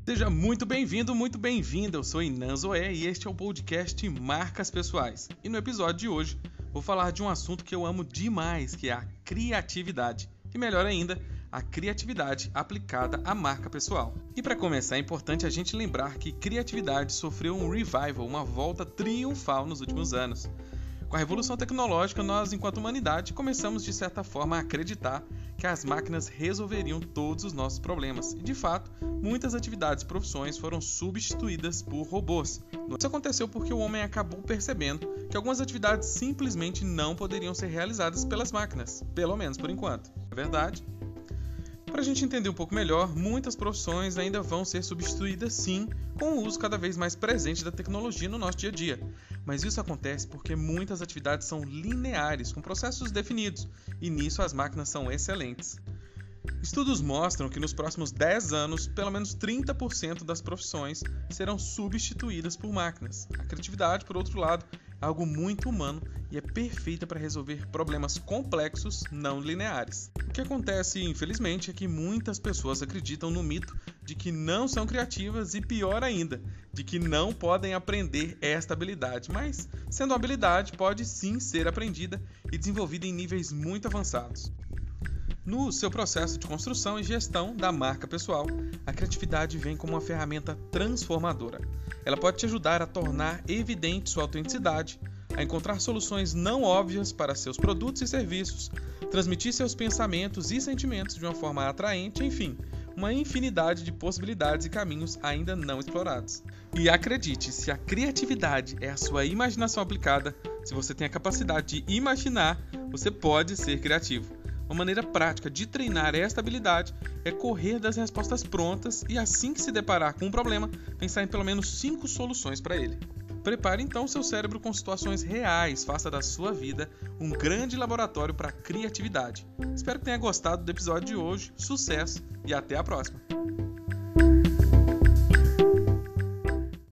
Seja muito bem-vindo, muito bem-vinda. Eu sou Inan Zoé e este é o podcast Marcas Pessoais. E no episódio de hoje vou falar de um assunto que eu amo demais, que é a criatividade. E melhor ainda, a criatividade aplicada à marca pessoal. E para começar, é importante a gente lembrar que criatividade sofreu um revival, uma volta triunfal nos últimos anos. Com a revolução tecnológica, nós, enquanto humanidade, começamos de certa forma a acreditar que as máquinas resolveriam todos os nossos problemas. E, de fato, muitas atividades e profissões foram substituídas por robôs. Isso aconteceu porque o homem acabou percebendo que algumas atividades simplesmente não poderiam ser realizadas pelas máquinas, pelo menos por enquanto. É verdade? Para a gente entender um pouco melhor, muitas profissões ainda vão ser substituídas sim, com o uso cada vez mais presente da tecnologia no nosso dia a dia. Mas isso acontece porque muitas atividades são lineares, com processos definidos, e nisso as máquinas são excelentes. Estudos mostram que nos próximos 10 anos, pelo menos 30% das profissões serão substituídas por máquinas. A criatividade, por outro lado, é algo muito humano e é perfeita para resolver problemas complexos não lineares. O que acontece, infelizmente, é que muitas pessoas acreditam no mito de que não são criativas e, pior ainda, de que não podem aprender esta habilidade. Mas, sendo uma habilidade, pode sim ser aprendida e desenvolvida em níveis muito avançados. No seu processo de construção e gestão da marca pessoal, a criatividade vem como uma ferramenta transformadora. Ela pode te ajudar a tornar evidente sua autenticidade, a encontrar soluções não óbvias para seus produtos e serviços, transmitir seus pensamentos e sentimentos de uma forma atraente, enfim, uma infinidade de possibilidades e caminhos ainda não explorados. E acredite, se a criatividade é a sua imaginação aplicada, se você tem a capacidade de imaginar, você pode ser criativo. Uma maneira prática de treinar esta habilidade é correr das respostas prontas e, assim que se deparar com um problema, pensar em pelo menos 5 soluções para ele. Prepare então seu cérebro com situações reais, faça da sua vida um grande laboratório para a criatividade. Espero que tenha gostado do episódio de hoje, sucesso e até a próxima!